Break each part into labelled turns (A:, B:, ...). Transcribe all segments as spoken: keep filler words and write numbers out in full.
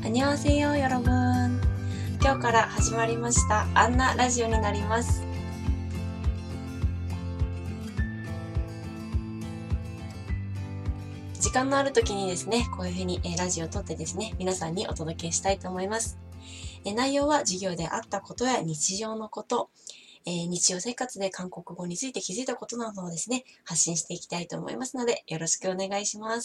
A: 안녕하세요 여러분。今日から始まりましたアンナラジオになります。時間のある時にですね、こういうふうにラジオを撮ってですね、皆さんにお届けしたいと思います。内容は授業であったことや日常のこと、日常生活で韓国語について気づいたことなどをですね、発信していきたいと思いますので、よろしくお願いします。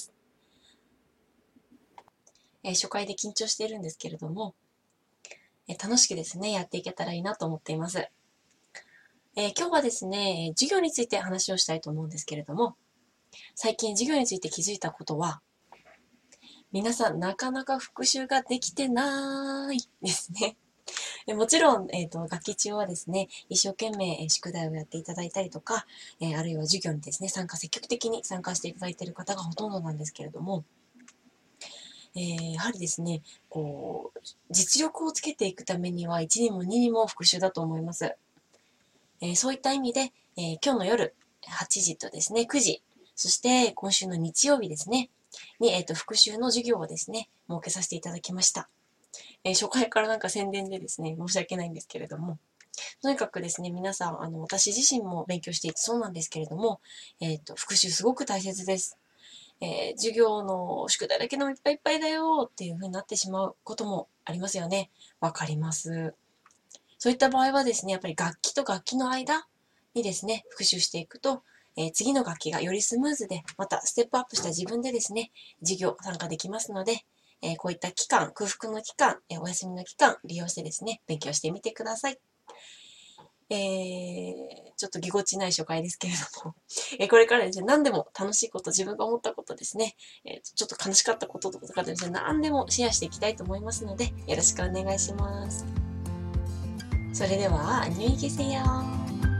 A: 初回で緊張しているんですけれども、楽しくですね、やっていけたらいいなと思っています。えー、今日はですね、授業について話をしたいと思うんですけれども、最近授業について気づいたことは、皆さんなかなか復習ができてないですね。もちろん、えーと、学期中はですね、一生懸命宿題をやっていただいたりとか、えー、あるいは授業にですね、参加、積極的に参加していただいている方がほとんどなんですけれども、えー、やはりですね、こう、実力をつけていくためにはいちにもににも復習だと思います。えー、そういった意味で、えー、今日の夜はちじとですね、くじ、そして今週の日曜日ですね、に、えーと、復習の授業をですね、設けさせていただきました。えー、初回からなんか宣伝でですね、申し訳ないんですけれども、とにかくですね、皆さん、あの、私自身も勉強していてそうなんですけれども、えっと、復習すごく大切です。えー、授業の宿題だけでもいっぱいいっぱいだよっていう風になってしまうこともありますよね。わかります。そういった場合はですね、やっぱり楽器と楽器の間にですね、復習していくと、えー、次の楽器がよりスムーズで、またステップアップした自分でですね、授業参加できますので、えー、こういった期間、空腹の期間、えー、お休みの期間、利用してですね、勉強してみてください。えー、ちょっとぎこちない初回ですけれども、えー、これからですね、何でも楽しいこと、自分が思ったことですね、えー、ちょっと悲しかったこととかですね、何でもシェアしていきたいと思いますので、よろしくお願いします。それでは、안녕히 계세요。